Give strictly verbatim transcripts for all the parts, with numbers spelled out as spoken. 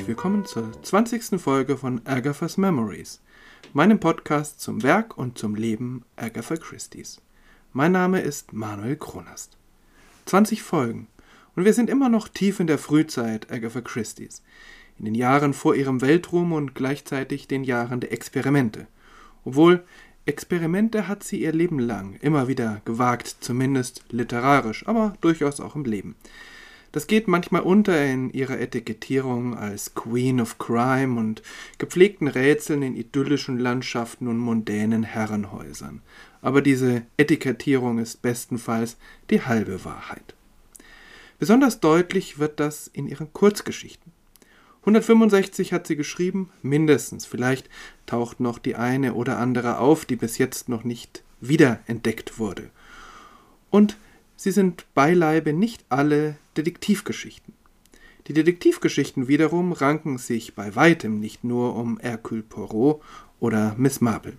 herzlich willkommen zur zwanzigsten Folge von Agatha's Memories, meinem Podcast zum Werk und zum Leben Agatha Christies. Mein Name ist Manuel Kronast. zwanzig Folgen und wir sind immer noch tief in der Frühzeit Agatha Christies, in den Jahren vor ihrem Weltruhm und gleichzeitig den Jahren der Experimente. Obwohl, Experimente hat sie ihr Leben lang immer wieder gewagt, zumindest literarisch, aber durchaus auch im Leben. Das geht manchmal unter in ihrer Etikettierung als Queen of Crime und gepflegten Rätseln in idyllischen Landschaften und mondänen Herrenhäusern. Aber diese Etikettierung ist bestenfalls die halbe Wahrheit. Besonders deutlich wird das in ihren Kurzgeschichten. hundertfünfundsechzig hat sie geschrieben, mindestens. Vielleicht taucht noch die eine oder andere auf, die bis jetzt noch nicht wiederentdeckt wurde. Und sie sind beileibe nicht alle Detektivgeschichten. Die Detektivgeschichten wiederum ranken sich bei weitem nicht nur um Hercule Poirot oder Miss Marple.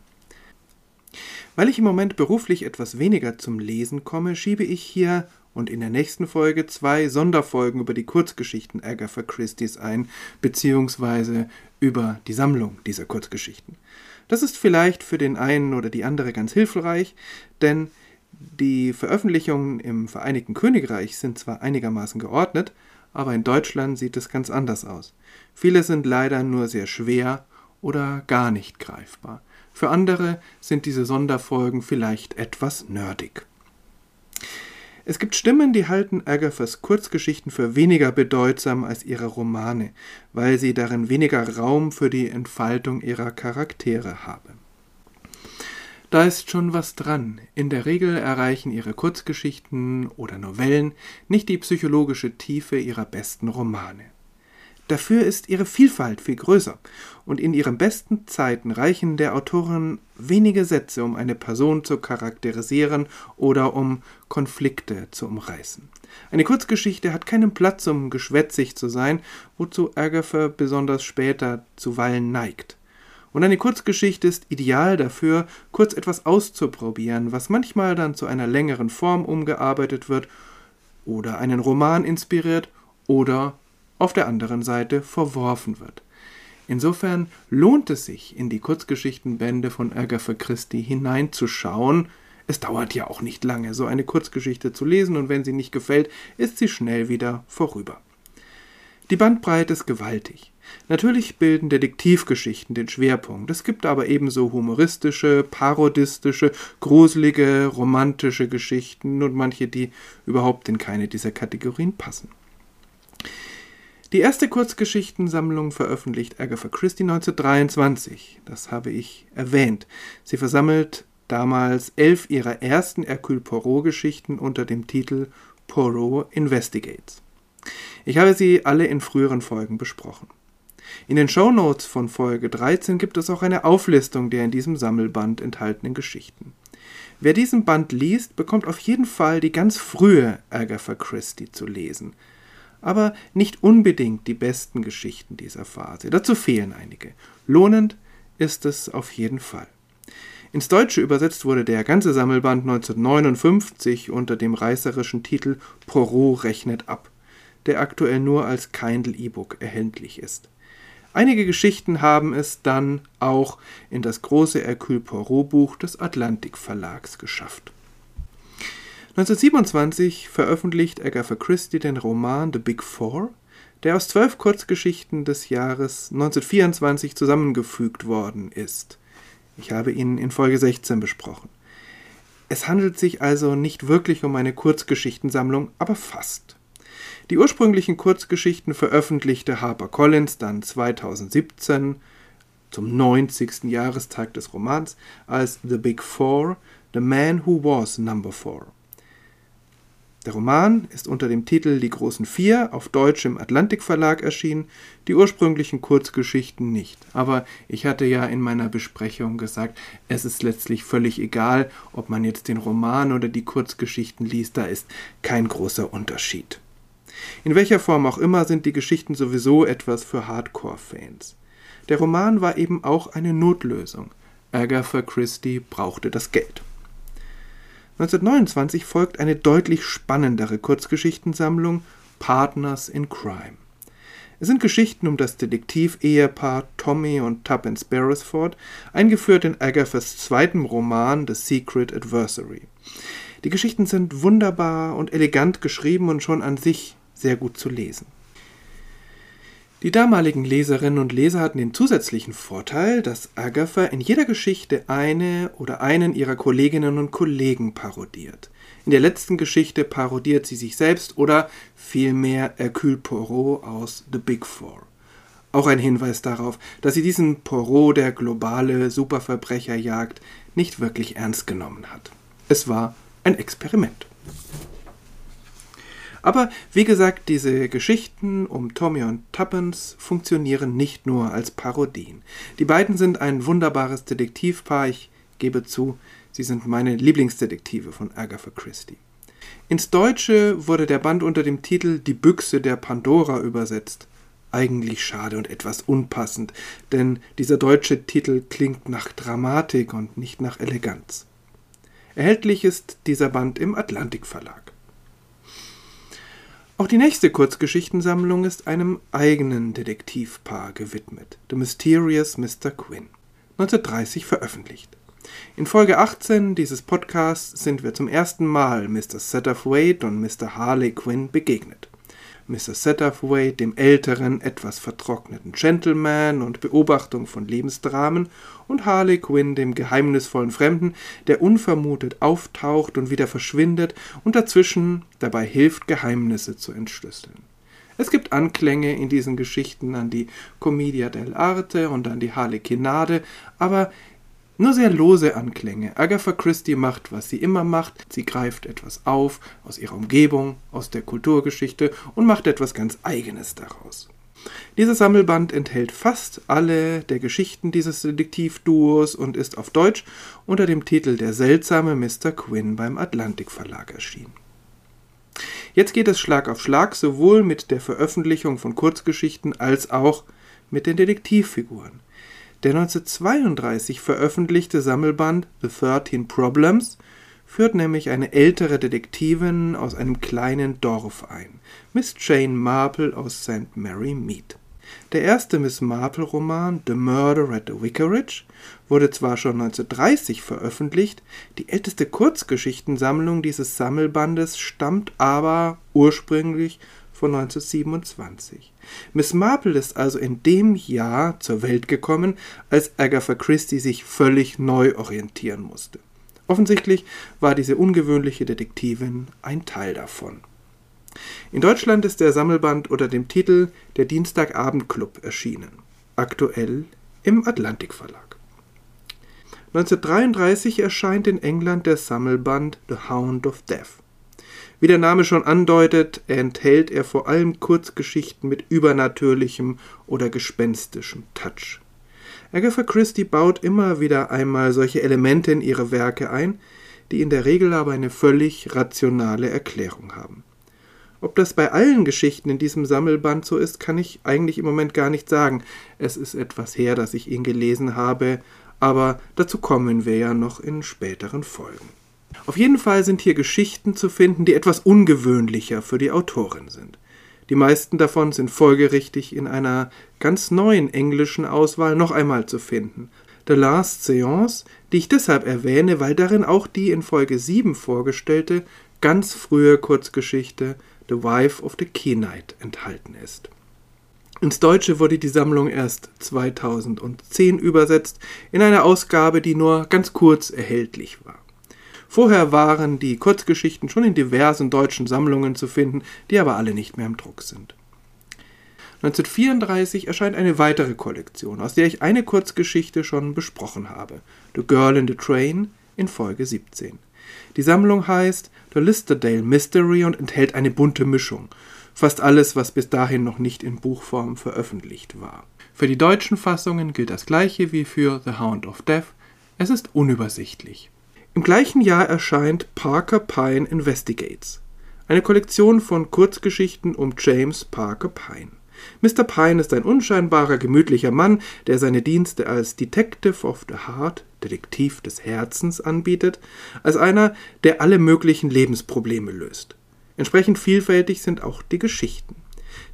Weil ich im Moment beruflich etwas weniger zum Lesen komme, schiebe ich hier und in der nächsten Folge zwei Sonderfolgen über die Kurzgeschichten Agatha Christies ein, beziehungsweise über die Sammlung dieser Kurzgeschichten. Das ist vielleicht für den einen oder die andere ganz hilfreich, denn die Veröffentlichungen im Vereinigten Königreich sind zwar einigermaßen geordnet, aber in Deutschland sieht es ganz anders aus. Viele sind leider nur sehr schwer oder gar nicht greifbar. Für andere sind diese Sonderfolgen vielleicht etwas nerdig. Es gibt Stimmen, die halten Agathas Kurzgeschichten für weniger bedeutsam als ihre Romane, weil sie darin weniger Raum für die Entfaltung ihrer Charaktere haben. Da ist schon was dran. In der Regel erreichen ihre Kurzgeschichten oder Novellen nicht die psychologische Tiefe ihrer besten Romane. Dafür ist ihre Vielfalt viel größer und in ihren besten Zeiten reichen der Autorin wenige Sätze, um eine Person zu charakterisieren oder um Konflikte zu umreißen. Eine Kurzgeschichte hat keinen Platz, um geschwätzig zu sein, wozu Agatha besonders später zuweilen neigt. Und eine Kurzgeschichte ist ideal dafür, kurz etwas auszuprobieren, was manchmal dann zu einer längeren Form umgearbeitet wird oder einen Roman inspiriert oder auf der anderen Seite verworfen wird. Insofern lohnt es sich, in die Kurzgeschichtenbände von Agatha Christie hineinzuschauen. Es dauert ja auch nicht lange, so eine Kurzgeschichte zu lesen, und wenn sie nicht gefällt, ist sie schnell wieder vorüber. Die Bandbreite ist gewaltig. Natürlich bilden Detektivgeschichten den Schwerpunkt. Es gibt aber ebenso humoristische, parodistische, gruselige, romantische Geschichten und manche, die überhaupt in keine dieser Kategorien passen. Die erste Kurzgeschichtensammlung veröffentlicht Agatha Christie neunzehnhundertdreiundzwanzig. Das habe ich erwähnt. Sie versammelt damals elf ihrer ersten Hercule Poirot-Geschichten unter dem Titel Poirot Investigates. Ich habe sie alle in früheren Folgen besprochen. In den Shownotes von Folge dreizehn gibt es auch eine Auflistung der in diesem Sammelband enthaltenen Geschichten. Wer diesen Band liest, bekommt auf jeden Fall die ganz frühe Agatha Christie zu lesen. Aber nicht unbedingt die besten Geschichten dieser Phase. Dazu fehlen einige. Lohnend ist es auf jeden Fall. Ins Deutsche übersetzt wurde der ganze Sammelband neunzehnhundertneunundfünfzig unter dem reißerischen Titel Poirot rechnet ab, der aktuell nur als Kindle E-Book erhältlich ist. Einige Geschichten haben es dann auch in das große Hercule Poirot Buch des Atlantik Verlags geschafft. neunzehnhundertsiebenundzwanzig veröffentlicht Agatha Christie den Roman The Big Four, der aus zwölf Kurzgeschichten des Jahres neunzehnhundertvierundzwanzig zusammengefügt worden ist. Ich habe ihn in Folge sechzehn besprochen. Es handelt sich also nicht wirklich um eine Kurzgeschichtensammlung, aber fast. Die ursprünglichen Kurzgeschichten veröffentlichte HarperCollins dann zweitausendsiebzehn, zum neunzigsten Jahrestag des Romans, als The Big Four, The Man Who Was Number Four. Der Roman ist unter dem Titel Die großen Vier auf Deutsch im Atlantik Verlag erschienen, die ursprünglichen Kurzgeschichten nicht. Aber ich hatte ja in meiner Besprechung gesagt, es ist letztlich völlig egal, ob man jetzt den Roman oder die Kurzgeschichten liest, da ist kein großer Unterschied. In welcher Form auch immer sind die Geschichten sowieso etwas für Hardcore-Fans. Der Roman war eben auch eine Notlösung. Agatha Christie brauchte das Geld. neunzehnhundertneunundzwanzig folgt eine deutlich spannendere Kurzgeschichtensammlung, Partners in Crime. Es sind Geschichten um das Detektiv-Ehepaar Tommy und Tuppence Beresford, eingeführt in Agathas zweitem Roman The Secret Adversary. Die Geschichten sind wunderbar und elegant geschrieben und schon an sich sehr gut zu lesen. Die damaligen Leserinnen und Leser hatten den zusätzlichen Vorteil, dass Agatha in jeder Geschichte eine oder einen ihrer Kolleginnen und Kollegen parodiert. In der letzten Geschichte parodiert sie sich selbst oder vielmehr Hercule Poirot aus The Big Four. Auch ein Hinweis darauf, dass sie diesen Poirot, der globale Superverbrecherjagd, nicht wirklich ernst genommen hat. Es war ein Experiment. Aber wie gesagt, diese Geschichten um Tommy und Tuppence funktionieren nicht nur als Parodien. Die beiden sind ein wunderbares Detektivpaar, ich gebe zu, sie sind meine Lieblingsdetektive von Agatha Christie. Ins Deutsche wurde der Band unter dem Titel Die Büchse der Pandora übersetzt. Eigentlich schade und etwas unpassend, denn dieser deutsche Titel klingt nach Dramatik und nicht nach Eleganz. Erhältlich ist dieser Band im Atlantik Verlag. Auch die nächste Kurzgeschichtensammlung ist einem eigenen Detektivpaar gewidmet, The Mysterious Mister Quinn, neunzehnhundertdreißig veröffentlicht. In Folge achtzehn dieses Podcasts sind wir zum ersten Mal Mister Satterthwaite und Mister Harley Quinn begegnet. Mister Satterthwaite, dem älteren, etwas vertrockneten Gentleman und Beobachtung von Lebensdramen, und Harley Quinn, dem geheimnisvollen Fremden, der unvermutet auftaucht und wieder verschwindet und dazwischen dabei hilft, Geheimnisse zu entschlüsseln. Es gibt Anklänge in diesen Geschichten an die Commedia dell'arte und an die Harlekinade, aber nur sehr lose Anklänge. Agatha Christie macht, was sie immer macht. Sie greift etwas auf aus ihrer Umgebung, aus der Kulturgeschichte und macht etwas ganz Eigenes daraus. Dieser Sammelband enthält fast alle der Geschichten dieses Detektivduos und ist auf Deutsch unter dem Titel Der seltsame Mister Quinn beim Atlantik Verlag erschienen. Jetzt geht es Schlag auf Schlag sowohl mit der Veröffentlichung von Kurzgeschichten als auch mit den Detektivfiguren. Der neunzehnhundertzweiunddreißig veröffentlichte Sammelband The thirteen Problems führt nämlich eine ältere Detektivin aus einem kleinen Dorf ein, Miss Jane Marple aus Saint Mary Mead. Der erste Miss Marple-Roman, The Murder at the Vicarage, wurde zwar schon neunzehnhundertdreißig veröffentlicht, die älteste Kurzgeschichtensammlung dieses Sammelbandes stammt aber ursprünglich von neunzehnhundertsiebenundzwanzig. Miss Marple ist also in dem Jahr zur Welt gekommen, als Agatha Christie sich völlig neu orientieren musste. Offensichtlich war diese ungewöhnliche Detektivin ein Teil davon. In Deutschland ist der Sammelband unter dem Titel Der Dienstagabend-Club erschienen, aktuell im Atlantik Verlag. neunzehnhundertdreiunddreißig erscheint in England der Sammelband The Hound of Death. Wie der Name schon andeutet, enthält er vor allem Kurzgeschichten mit übernatürlichem oder gespenstischem Touch. Agatha Christie baut immer wieder einmal solche Elemente in ihre Werke ein, die in der Regel aber eine völlig rationale Erklärung haben. Ob das bei allen Geschichten in diesem Sammelband so ist, kann ich eigentlich im Moment gar nicht sagen. Es ist etwas her, dass ich ihn gelesen habe, aber dazu kommen wir ja noch in späteren Folgen. Auf jeden Fall sind hier Geschichten zu finden, die etwas ungewöhnlicher für die Autorin sind. Die meisten davon sind folgerichtig in einer ganz neuen englischen Auswahl noch einmal zu finden. The Last Seance, die ich deshalb erwähne, weil darin auch die in Folge sieben vorgestellte, ganz frühe Kurzgeschichte The Wife of the Key Knight enthalten ist. Ins Deutsche wurde die Sammlung erst zweitausendzehn übersetzt, in einer Ausgabe, die nur ganz kurz erhältlich war. Vorher waren die Kurzgeschichten schon in diversen deutschen Sammlungen zu finden, die aber alle nicht mehr im Druck sind. neunzehnhundertvierunddreißig erscheint eine weitere Kollektion, aus der ich eine Kurzgeschichte schon besprochen habe, The Girl in the Train in Folge siebzehn. Die Sammlung heißt The Listerdale Mystery und enthält eine bunte Mischung, fast alles, was bis dahin noch nicht in Buchform veröffentlicht war. Für die deutschen Fassungen gilt das gleiche wie für The Hound of Death, es ist unübersichtlich. Im gleichen Jahr erscheint Parker Pyne Investigates, eine Kollektion von Kurzgeschichten um James Parker Pyne. Mister Pyne ist ein unscheinbarer, gemütlicher Mann, der seine Dienste als Detective of the Heart, Detektiv des Herzens, anbietet, als einer, der alle möglichen Lebensprobleme löst. Entsprechend vielfältig sind auch die Geschichten.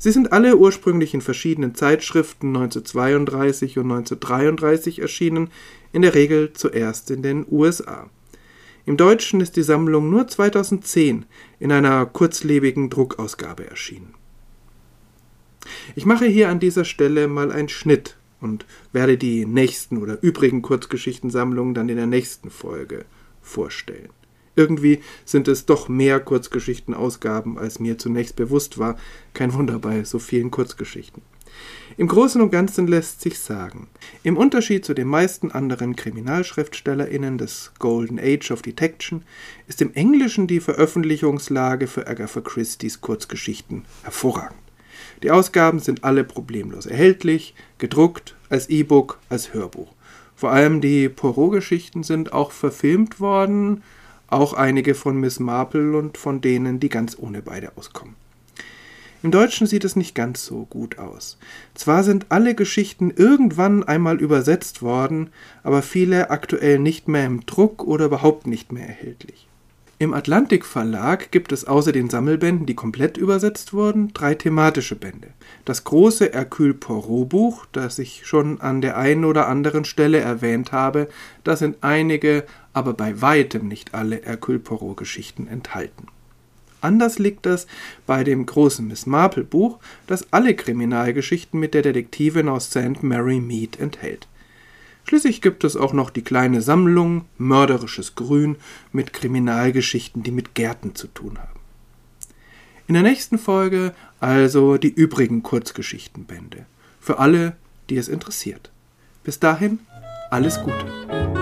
Sie sind alle ursprünglich in verschiedenen Zeitschriften neunzehnhundertzweiunddreißig und neunzehnhundertdreiunddreißig erschienen, in der Regel zuerst in den U S A. Im Deutschen ist die Sammlung nur zweitausendzehn in einer kurzlebigen Druckausgabe erschienen. Ich mache hier an dieser Stelle mal einen Schnitt und werde die nächsten oder übrigen Kurzgeschichtensammlungen dann in der nächsten Folge vorstellen. Irgendwie sind es doch mehr Kurzgeschichtenausgaben, als mir zunächst bewusst war. Kein Wunder bei so vielen Kurzgeschichten. Im Großen und Ganzen lässt sich sagen, im Unterschied zu den meisten anderen KriminalschriftstellerInnen des Golden Age of Detection ist im Englischen die Veröffentlichungslage für Agatha Christie's Kurzgeschichten hervorragend. Die Ausgaben sind alle problemlos erhältlich, gedruckt, als E-Book, als Hörbuch. Vor allem die Poirot-Geschichten sind auch verfilmt worden, auch einige von Miss Marple und von denen, die ganz ohne beide auskommen. Im Deutschen sieht es nicht ganz so gut aus. Zwar sind alle Geschichten irgendwann einmal übersetzt worden, aber viele aktuell nicht mehr im Druck oder überhaupt nicht mehr erhältlich. Im Atlantik Verlag gibt es außer den Sammelbänden, die komplett übersetzt wurden, drei thematische Bände. Das große Hercule Poirot Buch, das ich schon an der einen oder anderen Stelle erwähnt habe, da sind einige, aber bei weitem nicht alle Hercule Poirot Geschichten enthalten. Anders liegt das bei dem großen Miss Marple Buch, das alle Kriminalgeschichten mit der Detektivin aus Saint Mary Mead enthält. Schließlich gibt es auch noch die kleine Sammlung Mörderisches Grün mit Kriminalgeschichten, die mit Gärten zu tun haben. In der nächsten Folge also die übrigen Kurzgeschichtenbände. Für alle, die es interessiert. Bis dahin, alles Gute.